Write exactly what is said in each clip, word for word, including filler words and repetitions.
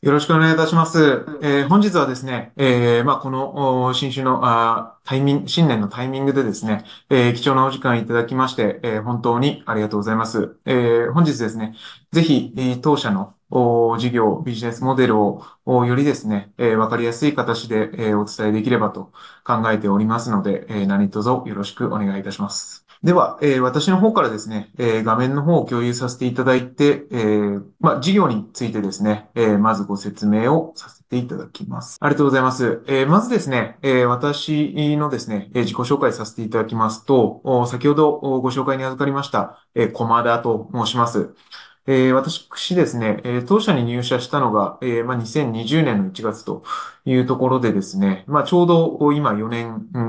よろしくお願いいたします。えー本日はですね、えーまあ、このお新種のあータイミング、新年のタイミングでですね、えー貴重なお時間いただきまして、えー本当にありがとうございます。えー本日ですね、ぜひ、えー当社のお事業、ビジネスモデルをおよりですね、えーわかりやすい形で、えーお伝えできればと考えておりますので、えー何卒よろしくお願いいたします。では、えー私の方からですね、えー画面の方を共有させていただいて、えーまあ、事業についてですね、えーまずご説明をさせていただきます。ありがとうございます。えーまずですね、えー私のですね、えー自己紹介させていただきますと、お先ほどおご紹介に預かりました、えー、駒田と申します。えー私ですね、えー当社に入社したのが、えーまあ、にせんにじゅうねんのいちがつというところでですね、まあ、ちょうど今よねん、うん、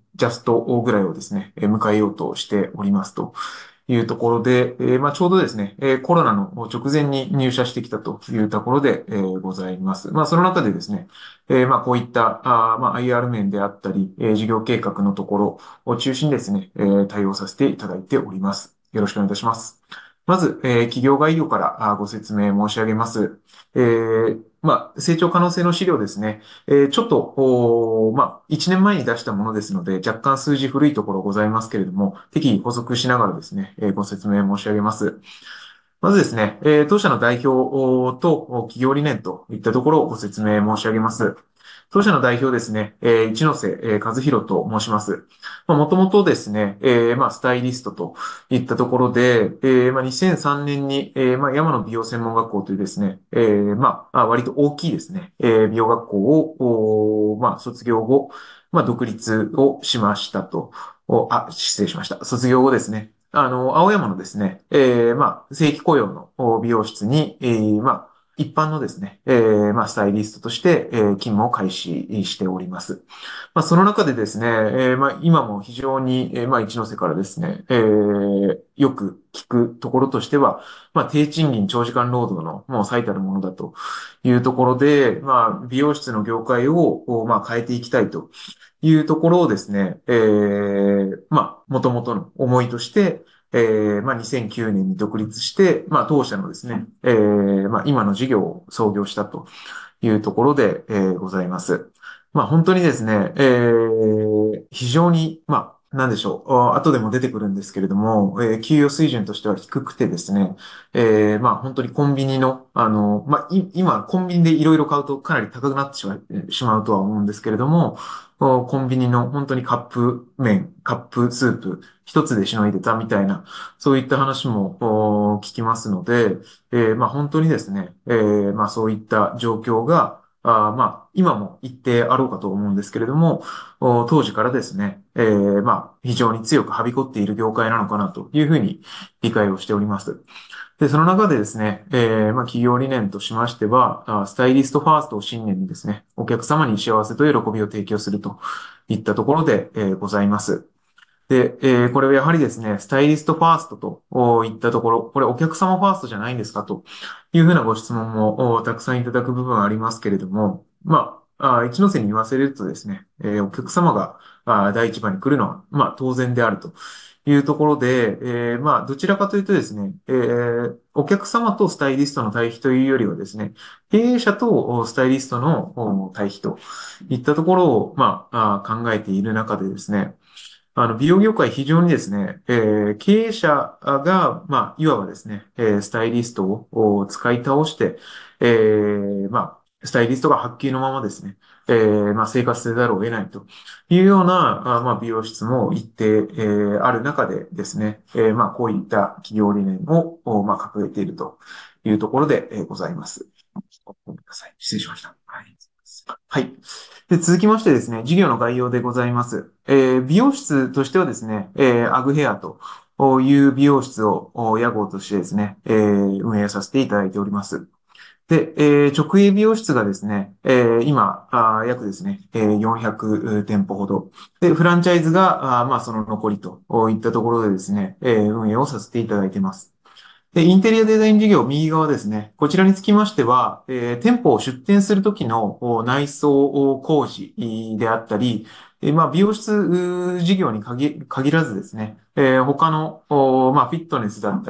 ジャストぐらいをですね、えー迎えようとしておりますというところで、えーまあ、ちょうどですね、えーコロナの直前に入社してきたというところで、えーございます。まあ、その中でですね、えーまあ、こういった、あーまあ、アイアール 面であったり、えー事業計画のところを中心にですね、えー対応させていただいております。よろしくお願いいたします。まず、えー企業概要からあご説明申し上げます。えーまあ、成長可能性の資料ですね。えーちょっと、おーまあ、いちねんまえに出したものですので、若干数字古いところございますけれども、適宜補足しながらですね、えーご説明申し上げます。まずですね、えー当社の代表と企業理念といったところをご説明申し上げます。当社の代表ですね、えー一ノ瀬えー和弘と申します。もともとですね、えーまあ、スタイリストといったところで、えーまあ、にせんさんねんに、えーまあ、山野美容専門学校というですね、えーまあ、割と大きいですね、えー美容学校を、おまあ、卒業後、まあ、独立をしましたと。おあ、失礼しました。卒業後ですね。あの、青山のですね、えー、まあ、正規雇用のお美容室に、えー、まあ、一般のですね、えー、まあ、スタイリストとして、えー、勤務を開始しております。まあ、その中でですね、えー、まあ、今も非常に、えー、まあ、一ノ瀬からですね、えー、よく聞くところとしては、まあ、低賃金長時間労働のもう最たるものだというところで、まあ、美容室の業界を、おまあ、変えていきたいというところをですね、えー、まあ、元々の思いとして、えー、まあ、にせんきゅうねんに独立して、まあ、当社のですね、えー、まあ、今の事業を創業したというところで、えー、ございます。まあ、本当にですね、えー、非常に、まあ、なんでしょう。あ後でも出てくるんですけれども、えー給与水準としては低くてですね、えー、まあ本当にコンビニの、あの、まあい今コンビニでいろいろ買うとかなり高くなってしまう、しまうとは思うんですけれども、おコンビニの本当にカップ麺、カップスープ一つでしのいでたみたいな、そういった話もお聞きますので、えーまあ本当にですね、えーまあそういった状況が、あーまあ今も一定あろうかと思うんですけれども、お当時からですね、えーまあ非常に強くはびこっている業界なのかなというふうに理解をしております。で、その中でですね、えー、まあ、企業理念としましては、あスタイリストファーストを信念にですね、お客様に幸せと喜びを提供するといったところで、えーございます。で、えーこれはやはりですね、スタイリストファーストとおいったところ、これお客様ファーストじゃないんですかというふうなご質問もおたくさんいただく部分はありますけれども、まあ、あ一ノ瀬に言わせるとですね、えーお客様があ第一番に来るのは、まあ、当然であるというところで、えーまあ、どちらかというとですね、えーお客様とスタイリストの対比というよりはですね、経営者とおスタイリストのお対比といったところを、まあ、あ考えている中でですね、あの、美容業界非常にですね、えー経営者が、まあ、いわばですね、えースタイリストを使い倒して、えーまあ、スタイリストが発給のままですね、えーまあ、生活せざるを得ないというような、あまあ、美容室も一定、えーある中でですね、えーまあ、こういった企業理念を、おまあ、掲げているというところで、えーございます。ごめんなさい。失礼しました。はい。はい。で、続きましてですね、事業の概要でございます。えー美容室としてはですね、えーアグヘアという美容室をお屋号としてですね、えー運営させていただいております。で、えー直営美容室がですね、えー今、あー約ですね、えーよんひゃく店舗ほど。で、フランチャイズが、あーまあ、その残りといったところでですね、えー運営をさせていただいています。で、インテリアデザイン事業右側ですね。こちらにつきましては、えー店舗を出店するときのお内装工事であったり、えーまあ、美容室うー事業に限、限らずですね、えー他の、おまあ、フィットネスだったり、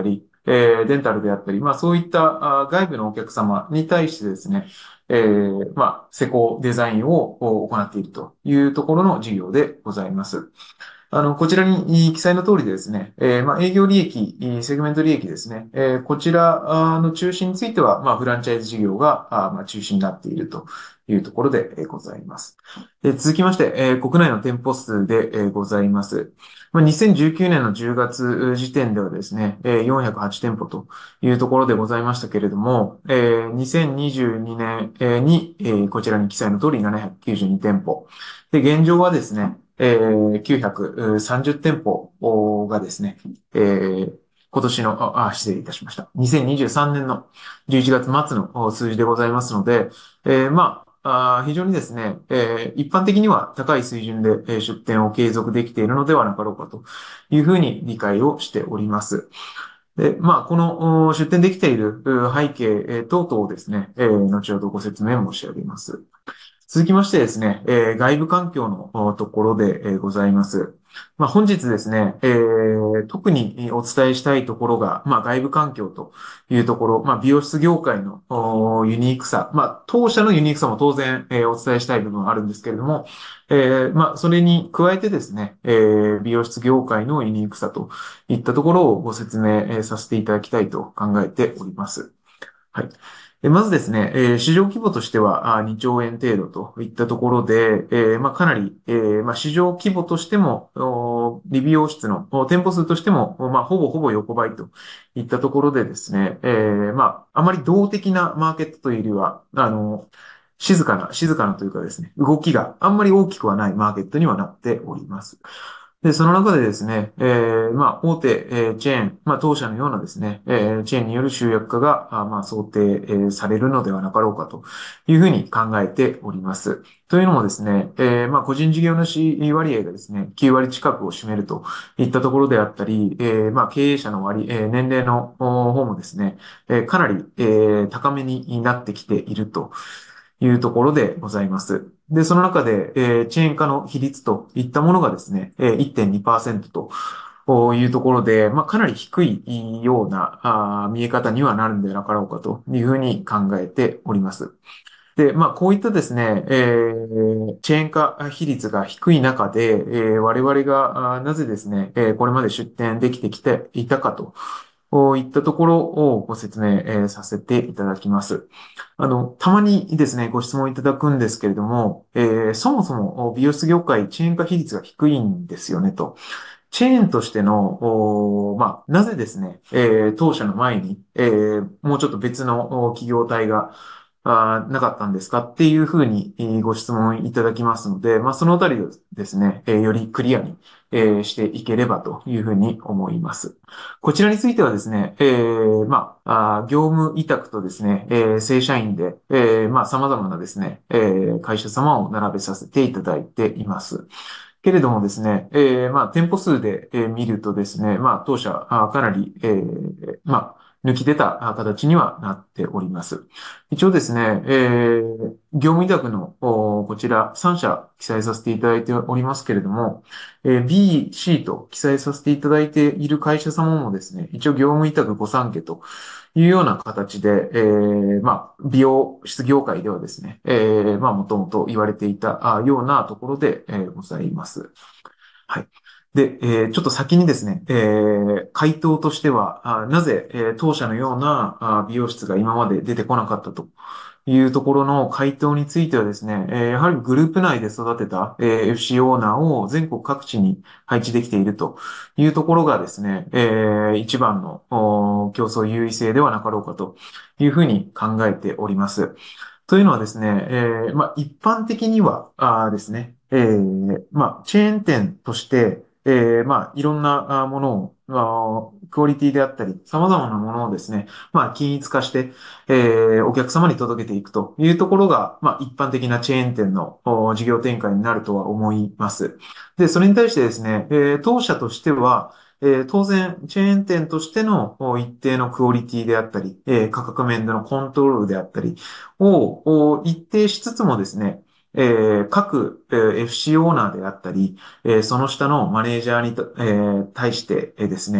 えーデンタルであったり、まあそういったあ外部のお客様に対してですね、えーまあ施工、デザインをお行っているというところの事業でございます。あの、こちらに記載の通りでですね、えーまあ、営業利益、セグメント利益ですね、えーこちらあの中心については、まあ、フランチャイズ事業が、あまあ、中心になっているというところで、えーございます。で続きまして、えー国内の店舗数で、えーございます。まあ、にせんじゅうきゅうねんのじゅうがつ時点ではですね、えーよんひゃくはち店舗というところでございましたけれども、えーにせんにじゅうにねんに、えーこちらに記載の通りななひゃくきゅうじゅうに店舗。で、現状はですね、えー、きゅうひゃくさんじゅう店舗がですね、えー、今年の、あ、あ失礼いたしました。にせんにじゅうさんねんのじゅういちがつ末の数字でございますので、えー、まあ、あ非常にですね、えー、一般的には高い水準でえー出店を継続できているのではなかろうかというふうに理解をしております。で、まあ、このお出店できているう背景えー等々をですね、えー後ほどご説明申し上げます。続きましてですね、えー外部環境のおところで、えーございます。まあ、本日ですね、えー特にお伝えしたいところが、まあ、外部環境というところ、まあ、美容室業界のおユニークさ、まあ、当社のユニークさも当然、えーお伝えしたい部分はあるんですけれども、えーまあ、それに加えてですね、えー美容室業界のユニークさといったところをご説明、えーさせていただきたいと考えております。はい。でまずですね、えー市場規模としてはあにちょう円程度といったところで、えーまあ、かなり、えーまあ、市場規模としても、お理美容室のお店舗数としても、おまあ、ほぼほぼ横ばいといったところでですね、えーまあ、あまり動的なマーケットというよりは、あの、静かな、静かなというかですね、動きがあんまり大きくはないマーケットにはなっております。で、その中でですね、えー、まあ、大手、えーチェーン、まあ、当社のようなですね、えーチェーンによる集約化が、あまあ、想定、えーされるのではなかろうかというふうに考えております。というのもですね、えーまあ、個人事業主割合がですね、きゅう割近くを占めるといったところであったり、えーまあ、経営者の割、えー年齢のお方もですね、えーかなり、えー高めになってきているというところでございます。で、その中で、えーチェーン化の比率といったものがですね、えーいってんにパーセントというところで、まあ、かなり低いようなあー見え方にはなるんでなかろうかというふうに考えております。で、まあ、こういったですね、えーチェーン化比率が低い中で、えー我々があーなぜですね、えーこれまで出展できてきていたかとこういったところをご説明、えーさせていただきます。あの、たまにですね、ご質問いただくんですけれども、えーそもそも美容室業界チェーン化比率が低いんですよねと。チェーンとしての、おまあ、なぜですね、えー当社の前に、えーもうちょっと別のお企業体が、あーなかったんですかっていうふうにえーご質問いただきますので、まあ、そのあたりをですね、えーよりクリアに、えーしていければというふうに思います。こちらについてはですね、えーまあ、あー業務委託とですね、えー正社員で、えーまあ、様々なですね、えー会社様を並べさせていただいています。けれどもですね、えー、まあ、店舗数で、えー見るとですね、まあ、当社、あかなり、えー、まあ、抜き出たあ形にはなっております。一応ですね、えー、業務委託の、おこちらさん社記載させていただいておりますけれども、えー B、C と記載させていただいている会社様もですね、一応業務委託ご参加というような形で、えー、まあ、美容室業界ではですね、えー、まあ、もともと言われていたあようなところで、えーございます。はい。で、えーちょっと先にですね、えー回答としては、あなぜ、えー当社のようなあ美容室が今まで出てこなかったというところの回答についてはですね、えーやはりグループ内で育てた、えー エフシー オーナーを全国各地に配置できているというところがですね、えー一番のお競争優位性ではなかろうかというふうに考えております。というのはですね、えーまあ、一般的には、あーですね、えーまあ、チェーン店として、えーまあ、いろんなあものを、あークオリティであったり、様々なものをですね、まあ、均一化して、えーお客様に届けていくというところが、まあ、一般的なチェーン店のお事業展開になるとは思います。で、それに対してですね、えー当社としては、えー当然、チェーン店としてのお一定のクオリティであったり、えー価格面でのコントロールであったり、をを一定しつつもですね、えー各、えー エフシー オーナーであったり、えーその下のマネージャーにと、えー対して、えーですね、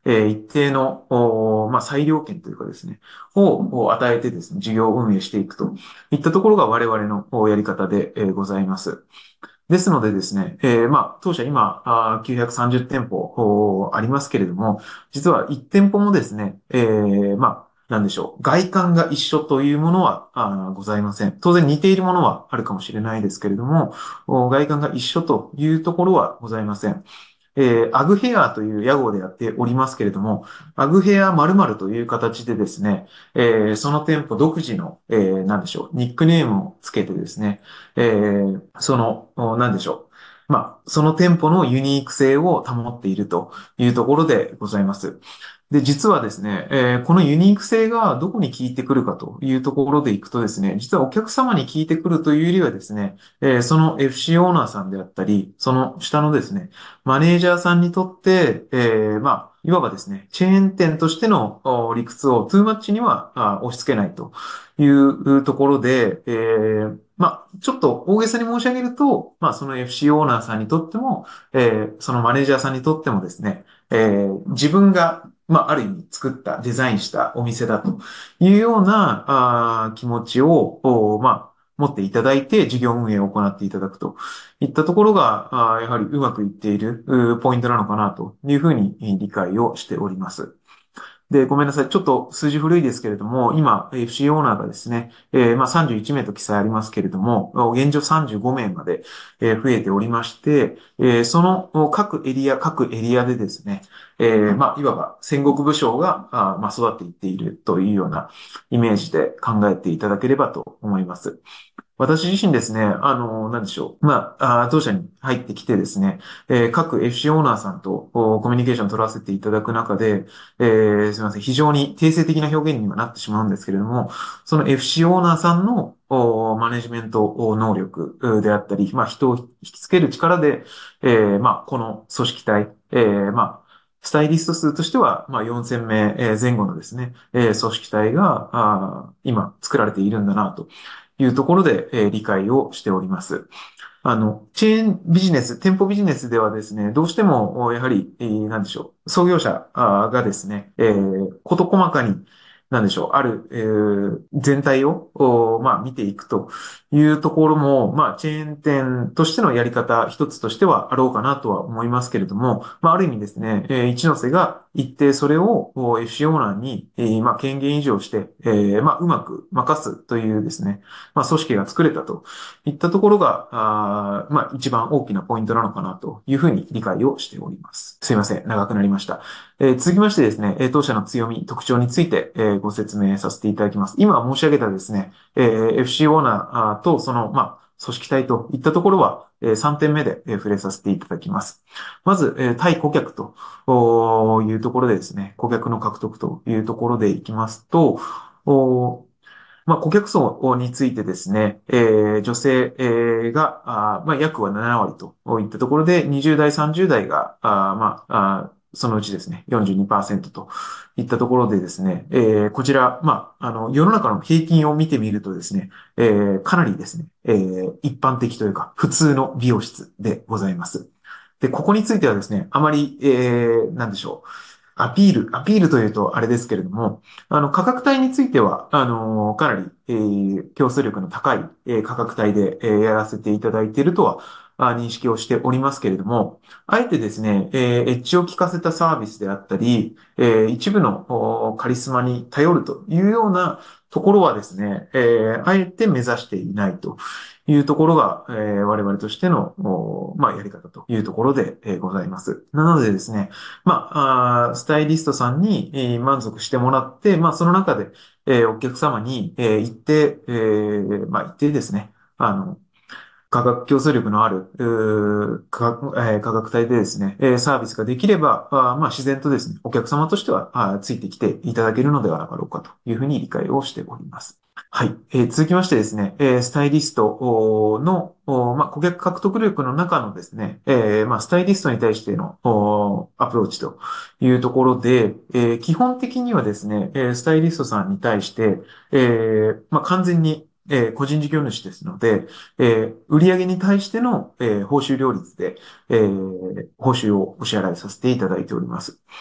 えー一定の、おまあ、裁量権というかですね、をを与えてですね、事業運営していくといったところが我々のおやり方で、えーございます。ですのでですね、えーまあ、当社今、あーきゅうひゃくさんじゅう店舗おありますけれども、実はいち店舗もですね、えーまあ、なんでしょう。外観が一緒というものはあーございません。当然似ているものはあるかもしれないですけれども、お外観が一緒というところはございません。えーアグヘアという屋号でやっておりますけれども、アグヘア〇〇という形でですね、えーその店舗独自の、えーなんでしょう、ニックネームをつけてですね、えーその、おなんでしょう。まあ、その店舗のユニーク性を保っているというところでございます。で、実はですね、えーこのユニーク性がどこに効いてくるかというところでいくとですね、実はお客様に効いてくるというよりはですね、えーその エフシー オーナーさんであったり、その下のですね、マネージャーさんにとって、えーまあ、いわばですね、チェーン店としてのお理屈をトゥーマッチにはあ押し付けないというところで、えーまあ、ちょっと大げさに申し上げると、まあ、その エフシー オーナーさんにとっても、えーそのマネージャーさんにとってもですね、えー自分が、まあ、ある意味作った、デザインしたお店だというような、あー気持ちを、おまあ、持っていただいて事業運営を行っていただくといったところが、あーやはりうまくいっているうーポイントなのかなというふうに理解をしております。で、ごめんなさい。ちょっと数字古いですけれども、今、エフシー オーナーがですね、えーまあさんじゅういち名と記載ありますけれども、現状さんじゅうご名まで、えー増えておりまして、えーその各エリア、各エリアでですね、えーまあ、いわば戦国武将が、あーまあ、育っていっているというようなイメージで考えていただければと思います。私自身ですね、あの、なんでしょう。まあ、あ当社に入ってきてですね、えー各 エフシー オーナーさんとおコミュニケーションを取らせていただく中で、えーすみません、非常に定性的な表現にはなってしまうんですけれども、その エフシー オーナーさんのおマネジメント能力であったり、まあ、人を引きつける力で、えーまあ、この組織体、えーまあ、スタイリスト数としては、まあ、よんせん名前後のですね、えー組織体が、あ今作られているんだなと。いうところで、えー理解をしております。あの、チェーンビジネス、店舗ビジネスではですね、どうしても、おやはり、えーなんでしょう、創業者あーがですね、えー、事細かに、なんでしょう、ある、えー全体を、おまあ、見ていくというところも、まあ、チェーン店としてのやり方一つとしてはあろうかなとは思いますけれども、まあ、ある意味ですね、えー一ノ瀬が一定それをお エフシー オーナーに、えーまあ、権限移譲して、えーまあ、うまく任すというですね、まあ、組織が作れたといったところが、あーまあ、一番大きなポイントなのかなというふうに理解をしております。すいません。長くなりました。えー続きましてですね、えー当社の強み、特徴について、えーご説明させていただきます。今申し上げたですね、えー エフシー オーナーとその、まあ、組織体といったところは、えーさんてんめで、えー触れさせていただきます。まず、えー対顧客とおいうところでですね、顧客の獲得というところでいきますと、おまあ、顧客層についてですね、えー女性、えーが、あーまあ、約はなな割といったところで、にじゅう代、さんじゅう代が、あーまあ、あーそのうちですね、よんじゅうにパーセントといったところでですね、えーこちら、まあ、あの、世の中の平均を見てみるとですね、えーかなりですね、えー一般的というか、普通の美容室でございます。で、ここについてはですね、あまり、えー、なんでしょう。アピール、アピールというとあれですけれども、あの、価格帯については、あの、かなり、えー競争力の高い、えー価格帯で、えーやらせていただいているとは、あ認識をしておりますけれども、あえてですね、えーエッジを効かせたサービスであったり、えー一部のおカリスマに頼るというようなところはですね、えーあえて目指していないというところが、えー我々としての、おまあ、やり方というところで、えーございます。なのでですね、まあ、あースタイリストさんに、えー満足してもらって、まあ、その中で、えーお客様に、えー一定、えーまあ、一定ですね、あの、価格競争力のある、うー価格、えー価格帯でですね、えーサービスができれば、あーまあ、自然とですね、お客様としては、あーついてきていただけるのではなかろうかというふうに理解をしております。はい。えー続きましてですね、えースタイリストおーの、おーまあ、顧客獲得力の中のですね、えーまあ、スタイリストに対してのおーアプローチというところで、えー基本的にはですね、えースタイリストさんに対して、えーまあ、完全にえー個人事業主ですので、えー売上に対しての、えー報酬両立で、えー報酬をお支払いさせていただいております。基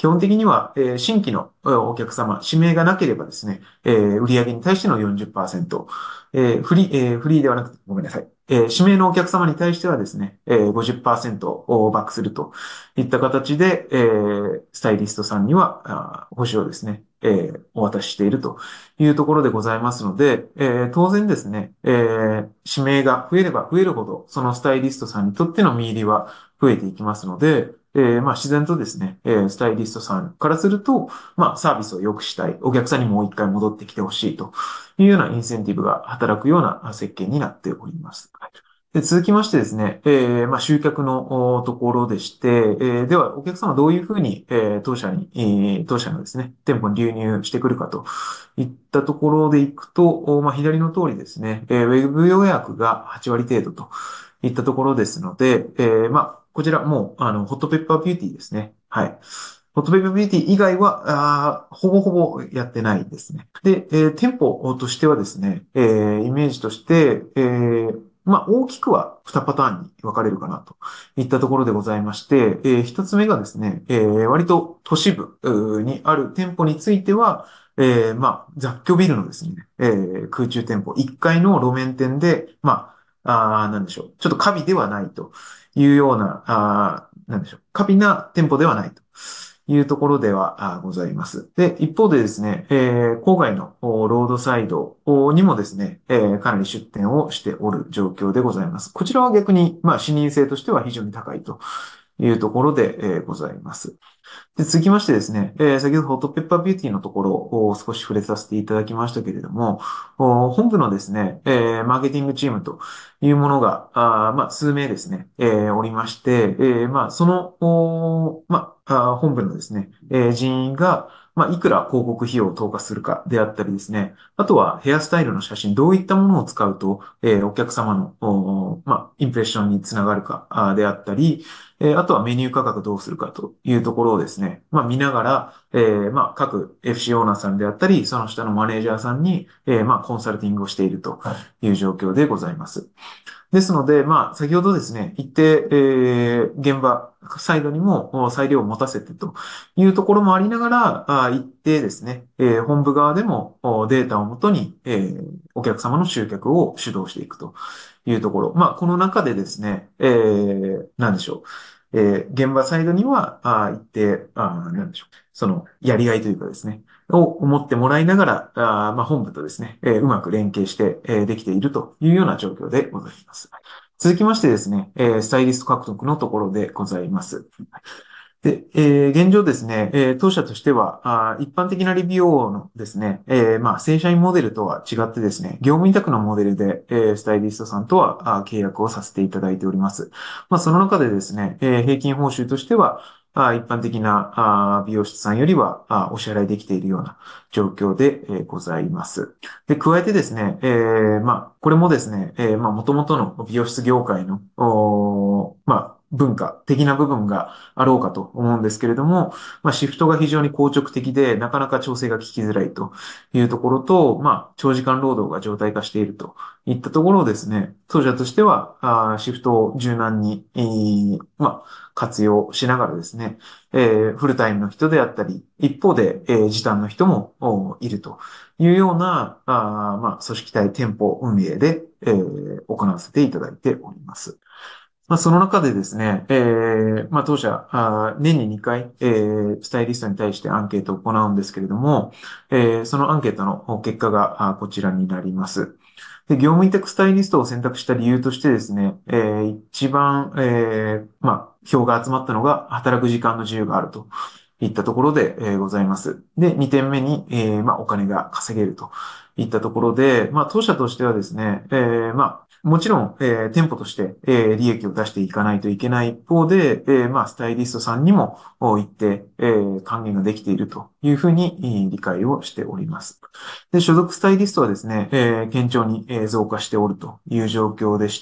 本的には、えー新規のえーお客様、指名がなければですね、えー売上に対してのよんじゅっパーセント、えーフリー、えーフリーではなくて、ごめんなさい。えー指名のお客様に対してはですね、えーごじゅっパーセントをバックするといった形で、えースタイリストさんには、あー報酬をですね、えーお渡ししているというところでございますので、えー当然ですね、えー指名が増えれば増えるほど、そのスタイリストさんにとっての見入りは増えていきますので、えーまあ自然とですね、えースタイリストさんからすると、まあサービスを良くしたい、お客さんにもう一回戻ってきてほしいというようなインセンティブが働くような設計になっております。で、続きましてですね、えー、まあ、集客のおところでして、えー、では、お客様どういうふうに、えー、当社に、えー、当社のですね、店舗に流入してくるかといったところでいくと、おまあ、左の通りですね、えー、ウェブ予約がはち割程度といったところですので、えー、まあ、こちらもう、あの、ホットペッパービューティーですね。はい。ホットペッパービューティー以外は、あーほぼほぼやってないですね。で、えー店舗としてはですね、えーイメージとして、えーまあ、大きくはにパターンに分かれるかなといったところでございまして、えー一つ目がですね、えー割と都市部うーにある店舗については、えーまあ、雑居ビルのですね、えー空中店舗、いっかいの路面店で、まあ、あーなんでしょう。ちょっと過敏ではないというような、あーなんでしょう。過敏な店舗ではないというところではあございます。で、一方でですね、えー郊外のおロードサイドおにもですね、えーかなり出店をしておる状況でございます。こちらは逆に、まあ、視認性としては非常に高いというところで、えーございます。で、続きましてですね、えー先ほどホットペッパービューティーのところを少し触れさせていただきましたけれども、お本部のですね、えーマーケティングチームというものが、あーまあ、数名ですね、えーおりまして、えーまあ、その、おまあ、あー本部のですね、えー人員が、まあ、いくら広告費用を投下するかであったりですね、あとはヘアスタイルの写真、どういったものを使うと、えーお客様の、おまあ、インプレッションにつながるか、あーであったり、えーあとはメニュー価格どうするかというところをですね、まあ見ながら、えーまあ各 エフシー オーナーさんであったり、その下のマネージャーさんに、えーまあコンサルティングをしているという状況でございます。ですので、まあ、先ほどですね、一定、えー現場サイドにもお裁量を持たせてというところもありながら、あ一定ですね、えー本部側でもおデータをもとに、えーお客様の集客を主導していくというところ。まあ、この中でですね、えー、なんでしょう。えー現場サイドには、あ一定、あなんでしょう。その、やりがいというかですね、を思ってもらいながら、あまあ、本部とですね、えーうまく連携して、えーできているというような状況でございます。続きましてですね、えースタイリスト獲得のところでございます。で、えー現状ですね、えー当社としては、あ一般的な理美容のですね、えーまあ、正社員モデルとは違ってですね、業務委託のモデルで、えースタイリストさんとはあ契約をさせていただいております。まあ、その中でですね、えー平均報酬としては、あ一般的なあ美容師さんよりはあお支払いできているような状況で、えーございます。で、加えてですね、えーまあ、これもですね、えーまあ、元々の美容室業界の、おまあ、文化的な部分があろうかと思うんですけれども、まあ、シフトが非常に硬直的で、なかなか調整が効きづらいというところと、まあ、長時間労働が常態化しているといったところをですね、当社としては、あーシフトを柔軟に、えーまあ、活用しながらですね、えーフルタイムの人であったり、一方で、えー時短の人もおいるというような、あーまあ、組織体店舗運営で、えー行わせていただいております。まあ、その中でですね、えー、まあ、当社、あー年ににかい、えー、スタイリストに対してアンケートを行うんですけれども、えー、そのアンケートの結果があこちらになります。で、業務委託スタイリストを選択した理由としてですね、えー、一番、えー、まあ、票が集まったのが、働く時間の自由があるといったところで、えーございます。で、にてんめに、えー、まあ、お金が稼げるといったところで、まあ、当社としてはですね、えー、まあ、もちろん、えー店舗として、えー利益を出していかないといけない一方で、えーまあ、スタイリストさんにもお言って、えー還元ができているというふうに、えー理解をしております。で、所属スタイリストはですね、えー堅調に、えー増加しておるという状況でして、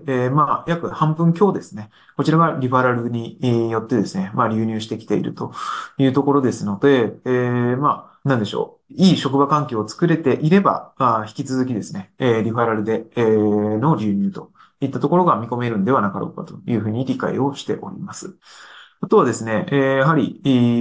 えーまあ、約半分強ですね。こちらがリファラルにえーよってですね、まあ、流入してきているというところですので、えーまあ、なんでしょう。いい職場環境を作れていれば、あ引き続きですね、えーリファラルで、えーの流入といったところが見込めるんではなかろうかというふうに理解をしております。あとはですね、えーやはり、えーまあ、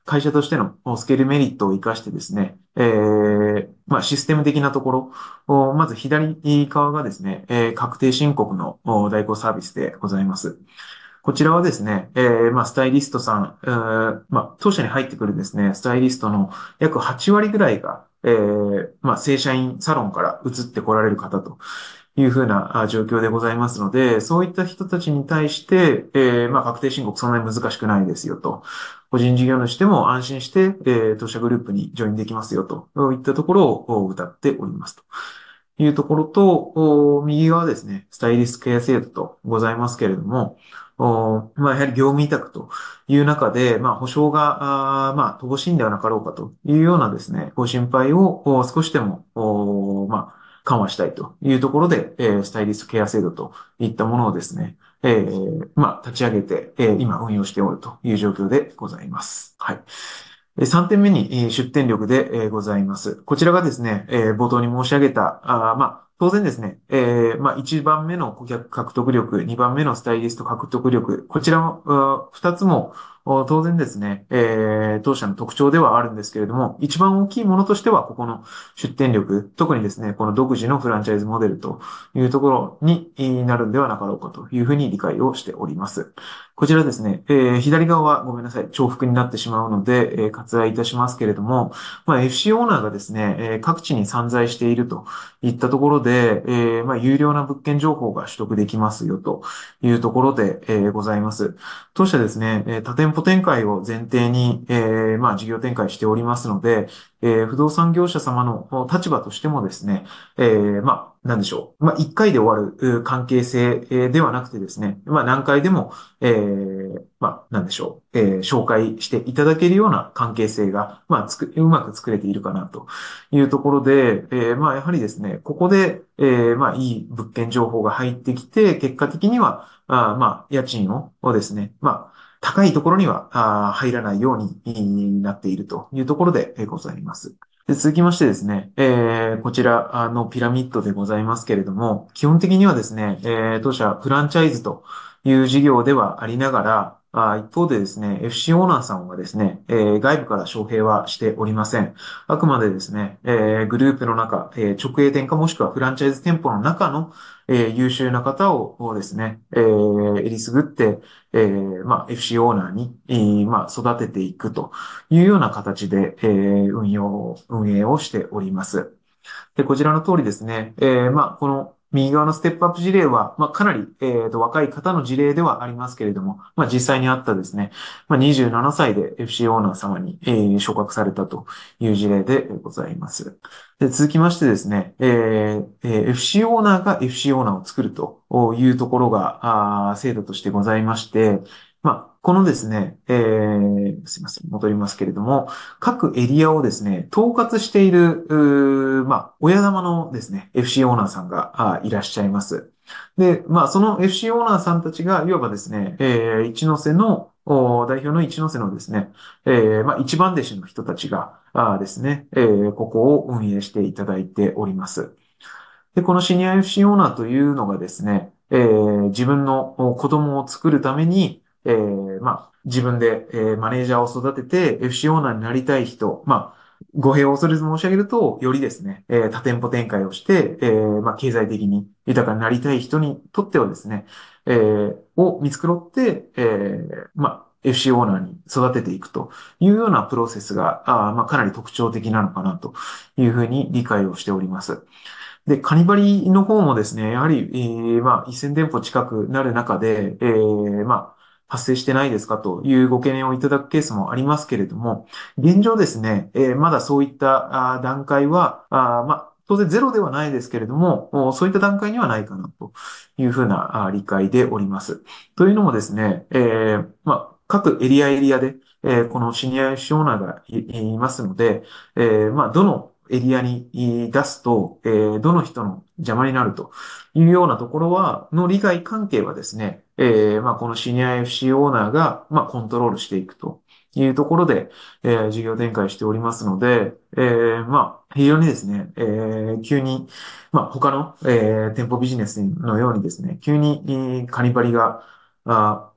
会社としてのスケールメリットを活かしてですね、えー、まあ、システム的なところ、おまず左側がですね、えー確定申告のお代行サービスでございます。こちらはですね、えー、まあ、スタイリストさん、えーまあ、当社に入ってくるですね、スタイリストの約はち割ぐらいが、えー、まあ、正社員サロンから移ってこられる方というふうなあ状況でございますので、そういった人たちに対して、えー、まあ、確定申告そんなに難しくないですよと。個人事業主でも安心して、えー、当社グループにジョインできますよといったところを謳っておりますと。いうところと、お右側ですね、スタイリストケア制度とございますけれども、おまあ、やはり業務委託という中で、まあ、保証が、あーまあ、乏しいんではなかろうかというようなですね、ご心配をお少しでも、おまあ、緩和したいというところで、えースタイリストケア制度といったものをですね、えーまあ、立ち上げて、えー今運用しておるという状況でございます。はい。えさんてんめにえー出店力でえーございます。こちらがですね、えー冒頭に申し上げた、あーまあ、当然ですね、えーまあ、いちばんめの顧客獲得力、にばんめのスタイリスト獲得力、こちらも、うふたつも、お当然ですね、えー当社の特徴ではあるんですけれども、一番大きいものとしては、ここの出店力、特にですね、この独自のフランチャイズモデルというところにえーなるんではなかろうかというふうに理解をしております。こちらですね、えー左側はごめんなさい、重複になってしまうので、えー割愛いたしますけれども、まあ、エフシー オーナーがですね、えー各地に散在しているといったところで、えーまあ、有料な物件情報が取得できますよというところで、えーございます。当社ですね、えー多店舗展開を前提に、えーまあ、事業展開しておりますので、えー不動産業者様の立場としてもですね、えーまあ、なんでしょう。まあ、一回で終わるう関係性えーではなくてですね、まあ、何回でもえー、まあ、なんでしょう、えー、紹介していただけるような関係性が、まあ、つく、うまく作れているかなというところで、えー、まあ、やはりですね、ここで、えー、まあ、いい物件情報が入ってきて、結果的には、あーまあ、家賃ををですね、まあ、高いところにはあー入らないようになっているというところでえーございます。で続きましてですね、えー、こちらあのピラミッドでございますけれども、基本的にはですね、えー、当社フランチャイズという事業ではありながら、あ一方でですね、エフシー オーナーさんはですね、えー外部から招聘はしておりません。あくまでですね、えーグループの中、えー直営店かもしくはフランチャイズ店舗の中の、えー優秀な方ををですね、えー、えりすぐって、えーまあ、エフシー オーナーに、えーまあ、育てていくというような形で、えー運用、運営をしております。で、こちらの通りですね、えー、まあ、この右側のステップアップ事例は、まあ、かなり、えーと、若い方の事例ではありますけれども、まあ、実際にあったですね、まあ、にじゅうななさいで エフシー オーナー様に、えー昇格されたという事例でございます。で、続きましてですね、えーえー エフシー オーナーが エフシー オーナーを作るというところが、あー制度としてございまして、まあ、このですね、えー、すいません、戻りますけれども、各エリアをですね、統括している、うーまあ、親玉のですね、エフシー オーナーさんがあいらっしゃいます。で、まあ、その エフシー オーナーさんたちが、いわばですね、えー、一ノ瀬の、お代表の一ノ瀬のですね、えー、まあ、一番弟子の人たちが、あですね、えー、ここを運営していただいております。で、このシニア エフシー オーナーというのがですね、えー自分の子供を作るために、えーまあ、自分で、えーマネージャーを育てて エフシー オーナーになりたい人、まあ、語弊を恐れず申し上げると、よりですね、えー多店舗展開をして、えーまあ、経済的に豊かになりたい人にとってはですね、えーを見繕って、えーまあ、エフシー オーナーに育てていくというようなプロセスが、あーまあ、かなり特徴的なのかなというふうに理解をしております。で、カニバリの方もですね、やはり、えーまあ、せん店舗近くなる中で、えーまあ、発生してないですかというご懸念をいただくケースもありますけれども、現状ですね、えーまだそういったあ段階は、あまあ、当然ゼロではないですけれども、おそういった段階にはないかなというふうなあ理解でおります。というのもですね、えーまあ、各エリアエリアで、えーこのシニアシオーナーがいいますので、えーまあ、どのエリアに出すと、えーどの人の邪魔になるというようなところは、の利害関係はですね、えーまあ、このシニア エフシー オーナーが、まあ、コントロールしていくというところで、えー事業展開しておりますので、えーまあ、非常にですね、えー急に、まあ、他の、えー店舗ビジネスのようにですね、急に、えーカニバリが、あ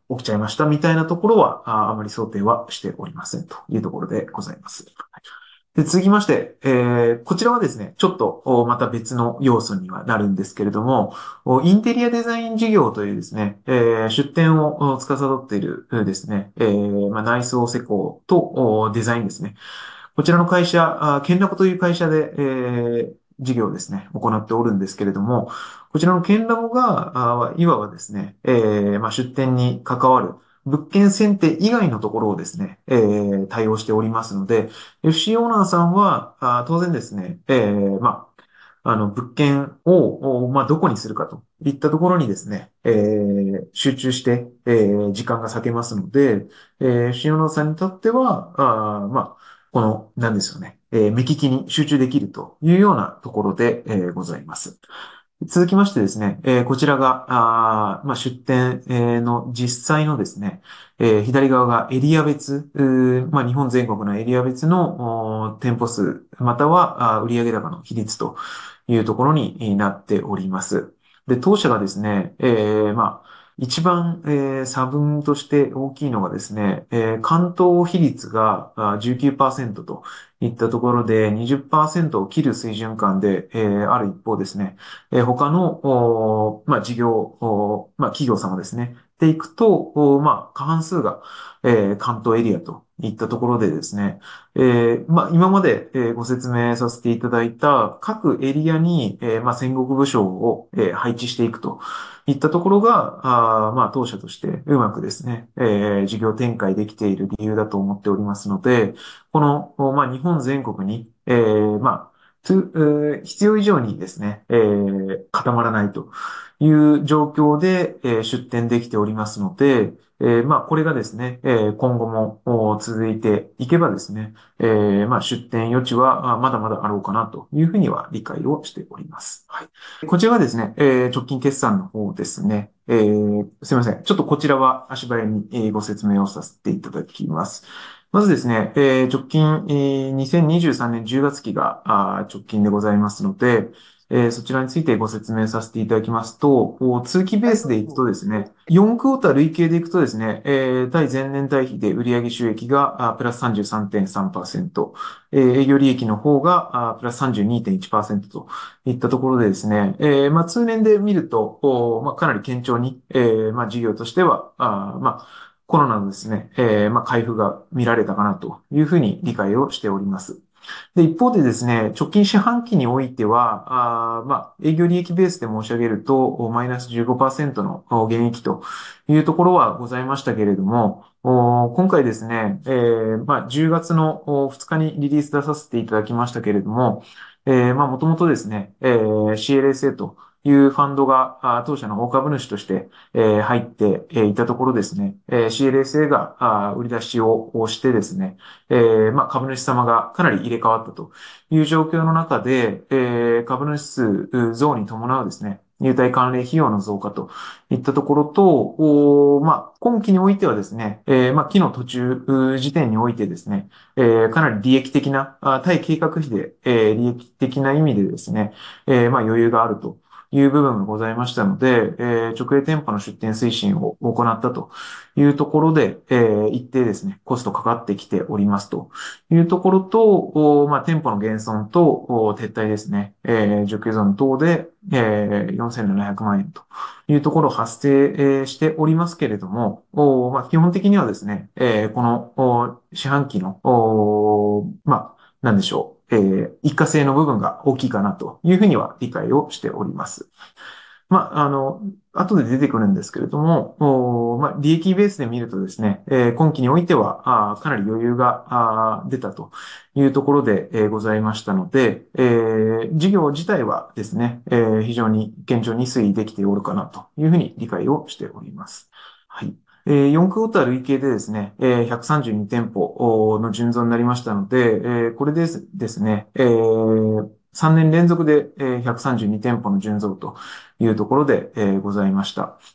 起きちゃいましたみたいなところは、あ、あまり想定はしておりませんというところでございます。で、続きまして、えー、こちらはですね、ちょっと、おまた別の要素にはなるんですけれども、おインテリアデザイン事業というですね、えー出展をお司っているですね、えーまあ、内装施工とおデザインですね。こちらの会社、あケンラボという会社で、えー事業をですね、行っておるんですけれども、こちらのケンラボが、あいわばですね、えーまあ、出展に関わる物件選定以外のところをですね、えー対応しておりますので、エフシー オーナーさんは、あ当然ですね、えーまあ、あの、物件を、おまあ、どこにするかといったところにですね、えー集中して、えー時間が割けますので、えー、エフシー オーナーさんにとっては、あまあ、この、なんですよね、えー目利きに集中できるというようなところで、えーございます。続きましてですね、えーこちらが、あーまあ、出店、えーの実際のですね、えー左側がエリア別、うーまあ、日本全国のエリア別のお店舗数、またはあー売上高の比率というところになっております。で、当社がですね、えーまあ、一番、えー差分として大きいのがですね、えー関東比率があじゅうきゅうパーセントといったところでにじゅっパーセントを切る水準感で、えーある一方ですね、えー他の、おまあ、事業、おまあ、企業様ですね。でいくと、おまあ、過半数が、えー関東エリアといったところでですね、えーまあ、今まで、えーご説明させていただいた各エリアに、えーまあ、戦国武将を、えー配置していくといったところが、あーまあ、当社としてうまくですね、えー事業展開できている理由だと思っておりますので、この、おまあ、日本全国に、えーまあ、つえー必要以上にですね、えー固まらないという状況で、えー出展できておりますので、えーまあ、これがですね、えー今後もお続いていけばですね、えーまあ、出展余地はあまだまだあろうかなというふうには理解をしております。はい。こちらがですね、えー直近決算の方ですね。えーすいません。ちょっとこちらは足早にえーご説明をさせていただきます。まずですね、えー直近、えーにせんにじゅうさんねんじゅうがつ期があー直近でございますので、えーそちらについてご説明させていただきますと、お通期ベースでいくとですね、よんクォーター累計でいくとですね、えー対前年対比で売上収益があプラスさんじゅうさんてんさんパーセント、えー営業利益の方があプラスさんじゅうにてんいちパーセントといったところでですね、えーまあ、通年で見ると、おまあ、かなり堅調に、えーまあ、事業としては、あまあ、コロナのですね、えーまあ、回復が見られたかなというふうに理解をしております。で、一方でですね、直近四半期においては、あーまあ、営業利益ベースで申し上げると、マイナスじゅうごパーセントのお減益というところはございましたけれども、お今回ですね、えーまあ、じゅうがつのおふつかにリリース出させていただきましたけれども、えーまあ、もともとですね、えー シーエルエスエー というファンドが、あ当社の大株主として、えー入ってえーいたところですね、えー シーエルエスエー があ売り出しををしてですね、えーまあ、株主様がかなり入れ替わったという状況の中で、えー株主数増に伴うですね、入隊関連費用の増加といったところと、おまあ、今期においてはですね、えーまあ、期の途中時点においてですね、えーかなり利益的な、あ対計画費で、えー利益的な意味でですね、えーまあ、余裕があるという部分がございましたので、えー直営店舗の出店推進を行ったというところで、えー一定ですね、コストかかってきておりますというところと、おまあ、店舗の減損とお撤退ですね、えー、除去損等で、えーよんせんななひゃくまん円というところを発生、えーしておりますけれども、おまあ、基本的にはですね、えーこのお四半期の、おまあ、なんでしょう、えー一過性の部分が大きいかなというふうには理解をしております。まあ、あの、後で出てくるんですけれども、おまあ、利益ベースで見るとですね、えー今期においては、あーかなり余裕があー出たというところで、えーございましたので、えー事業自体はですね、えー非常に堅調に推移できておるかなというふうに理解をしております。はい。えー、よんクォーター累計でですね、えーひゃくさんじゅうに店舗の純増になりましたので、えーこれですですね、えーさんねん連続でえーひゃくさんじゅうに店舗の純増というところでえーございました。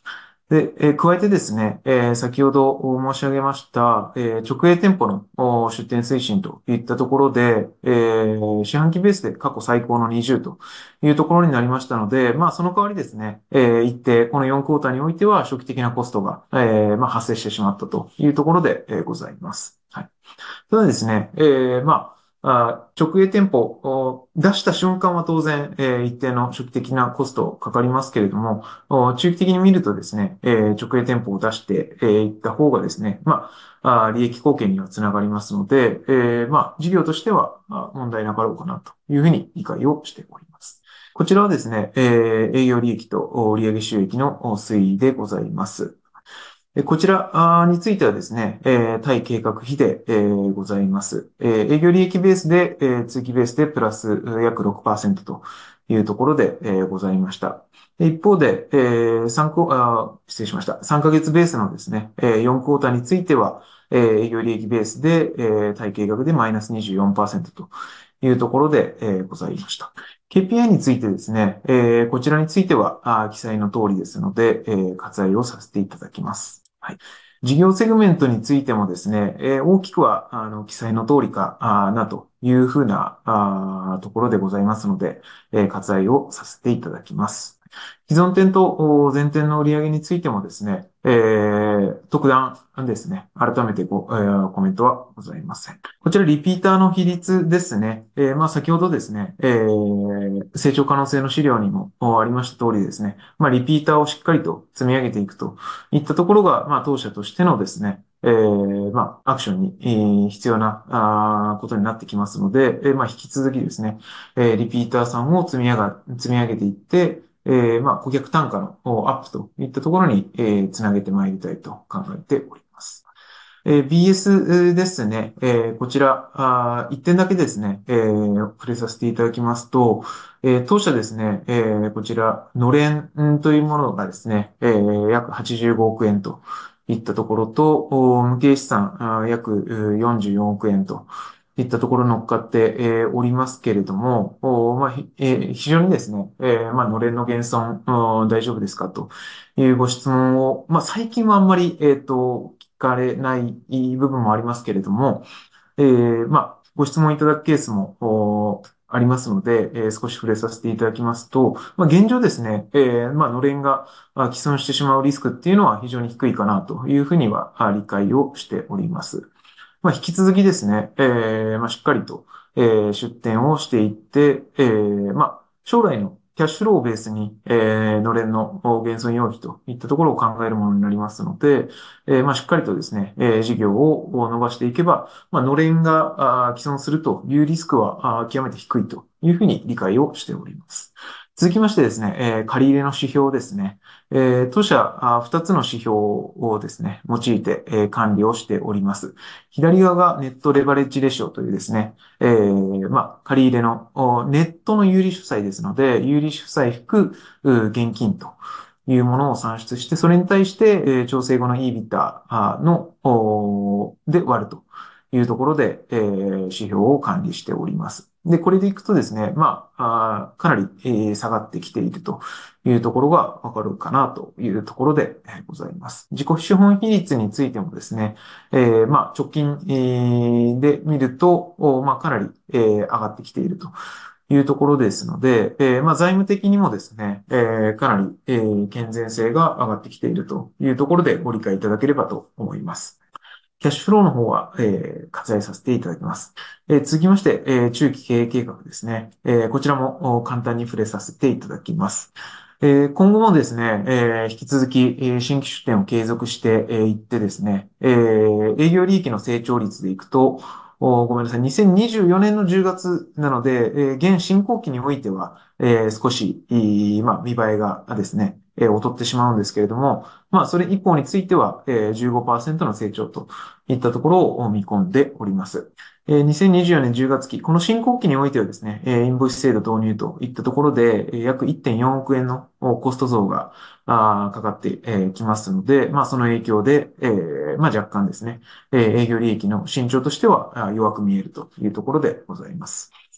で、えー加えてですね、えー先ほど申し上げました、えー直営店舗のお出店推進といったところで、えー四半期ベースで過去最高のにじゅうというところになりましたので、まあ、その代わりですね、えー一定、このよんクォーターにおいては初期的なコストが、えーまあ、発生してしまったというところで、えーございます。はい。ただですね、えー、まあ、あ直営店舗を出した瞬間は当然、えー一定の初期的なコストかかりますけれども、お中期的に見るとですね、えー直営店舗を出してえーいった方がですね、まあ、あ利益貢献にはつながりますので、えーまあ、事業としてはあ問題なかろうかなというふうに理解をしております。こちらはですね、えー営業利益とお売上収益のお推移でございます。えこちらあについてはですね、えー対計画比で、えーございます。えー営業利益ベースで、えー通期ベースでプラスう約ろくパーセントというところで、えーございました。で一方で、えー、3クォあ、失礼しました。さんかげつベースのですね、えーよんクォーターについては、えー営業利益ベースで、えー対計画でマイナスにじゅうよんパーセントというところで、えーございました。ケーピーアイ についてですね、えーこちらについては、あ記載の通りですので、えー割愛をさせていただきます。はい。事業セグメントについてもですね、えー大きくは、あの、記載の通りか、あな、というふうな、あところでございますので、えー割愛をさせていただきます。既存店とお前店の売上についてもですね、えー、特段ですね、改めてご、えーコメントはございません。こちらリピーターの比率ですね。えーまあ先ほどですね、えー成長可能性の資料にもおありました通りですね、まあリピーターをしっかりと積み上げていくといったところが、まあ当社としてのですね、えーまあアクションに、えー必要なあーことになってきますので、えーまあ引き続きですね、えーリピーターさんを積み上が、積み上げていって、えー、まあ、顧客単価のアップといったところに、えー、つなげてまいりたいと考えております。えー、ビーエス ですね。えー、こちら、あ一点だけですね、えー、触れさせていただきますと、えー、当社ですね、えー、こちら、のれんというものがですね、えー、約はちじゅうごおく円といったところと、お無形資産、あ約うよんじゅうよんおく円といったところ乗っかって、えーおりますけれども、おまあ、ひえー非常にですね、えーまあ、のれんの減損、お大丈夫ですかというご質問を、まあ、最近はあんまり、えっと、聞かれない部分もありますけれども、えーまあ、ご質問いただくケースも、おありますので、えー少し触れさせていただきますと、まあ、現状ですね、えーまあ、のれんがあ既存してしまうリスクっていうのは非常に低いかなというふうにはあ理解をしております。まあ、引き続きですね、えーまあ、しっかりと、えー出店をしていって、えーまあ、将来のキャッシュフローをベースに、えー、のれんの減損要否といったところを考えるものになりますので、えーまあ、しっかりとですね、えー事業を伸ばしていけば、まあ、のれんがあ既存するというリスクはあ極めて低いというふうに理解をしております。続きましてですね、えー借入の指標ですね。えー当社あふたつの指標をですね、用いて、えー管理をしております。左側がネットレバレッジレシオというですね、えー、まあ、借入のおネットの有利負債ですので、有利負債含う現金というものを算出して、それに対して、えー調整後の EBITDA のおで割るというところで、えー指標を管理しております。で、これでいくとですね、まあ、あかなり、えー下がってきているというところがわかるかなというところでえーございます。自己資本比率についてもですね、えーまあ、直近、えーで見ると、おまあ、かなり、えー上がってきているというところですので、えーまあ、財務的にもですね、えーかなり、えー健全性が上がってきているというところでご理解いただければと思います。キャッシュフローの方は、えー割愛させていただきます。えー続きまして、えー中期経営計画ですね。えーこちらもお簡単に触れさせていただきます。えー今後もですね、えー引き続き、えー新規出店を継続してえーいってですね、えー営業利益の成長率でいくと、おごめんなさい。にせんにじゅうよねんのじゅうがつなので、えー現進行期においては、えー少し、いいまあ、見栄えがですね、えー劣ってしまうんですけれども、まあ、それ以降については、えーじゅうごパーセントの成長といったところを見込んでおります。えーにせんにじゅうよねんじゅうがつ期、この進行期においてはですね、えーインボイス制度導入といったところで、えー約いってんよんおく円のおコスト増があーかかってえーきますので、まあ、その影響で、えーまあ、若干ですね、えー営業利益の伸長としてはあー弱く見えるというところでございます。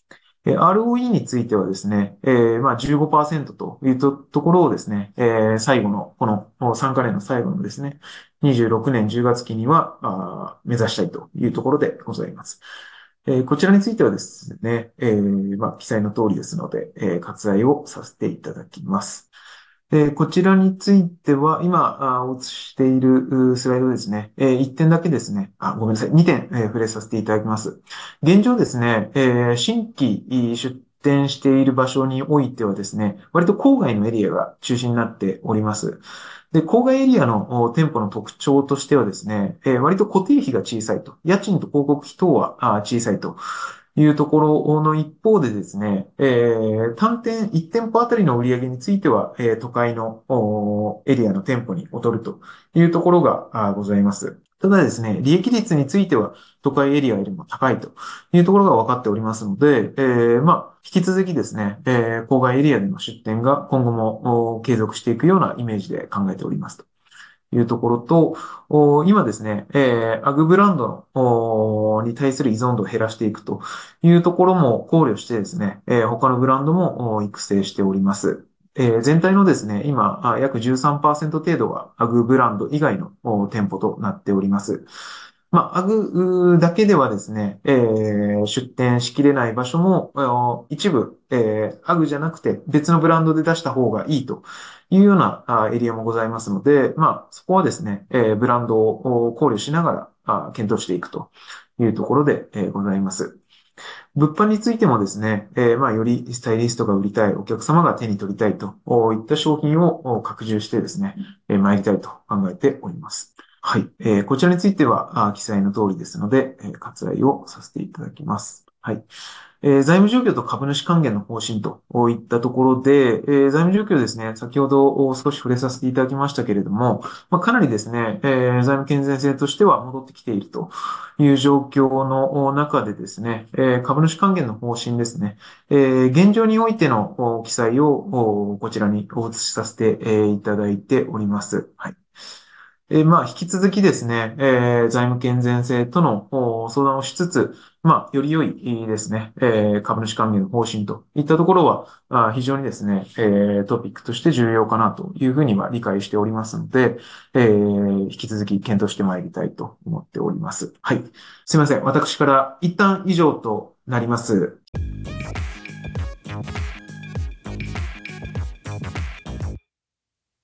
えー アールオーイー についてはですね、えーまあじゅうごパーセントというと、ところをですね、えー最後の、このさんカ年の最後のですね、にじゅうろくねんじゅうがつ期には、あー目指したいというところでございます。えーこちらについてはですね、えーまあ、記載の通りですので、えー割愛をさせていただきます。えーこちらについては、今、あお映ししているうスライドですね、えーいってんだけですね、あ、ごめんなさい、にてん、えー触れさせていただきます。現状ですね、えー新規出店している場所においてはですね、割と郊外のエリアが中心になっております。で、郊外エリアのお店舗の特徴としてはですね、えー割と固定費が小さいと。家賃と広告費等はあ小さいというところの一方でですね、えー単店、いち店舗あたりの売上については、えー都会のおエリアの店舗に劣るというところがあございます。ただですね、利益率については都会エリアよりも高いというところが分かっておりますので、えーまあ、引き続きですね、えー郊外エリアでの出店が今後もお継続していくようなイメージで考えておりますというところと、お今ですね、えーアグブランドのおに対する依存度を減らしていくというところも考慮してですね、えー他のブランドもお育成しております。えー全体のですね、今、あ約じゅうさんパーセント程度がアグブランド以外のお店舗となっております。まあ、アグだけではですね、えー出店しきれない場所も、あの一部、えーアグじゃなくて別のブランドで出した方がいいというようなあエリアもございますので、まあ、そこはですね、えーブランドを考慮しながらあ検討していくというところで、えーございます。物販についてもですね、えーまあ、よりスタイリストが売りたい、お客様が手に取りたいといった商品を拡充してですね、えー参りたいと考えております。はい。えーこちらについては、あ記載の通りですので、えー割愛をさせていただきます。はい。えー財務状況と株主還元の方針といったところで、えー財務状況ですね、先ほど少し触れさせていただきましたけれども、まあ、かなりですね、えー財務健全性としては戻ってきているという状況の中でですね、えー株主還元の方針ですね、えー現状においてのお記載をおこちらにお移しさせてえーいただいております。はい。えーまあ、引き続きですね、えー財務健全性とのお相談をしつつ、まあ、より良いですね、えー株主還元の方針といったところは、あ非常にですね、えートピックとして重要かなというふうには理解しておりますので、えー引き続き検討してまいりたいと思っております。はい。すいません。私から一旦以上となります。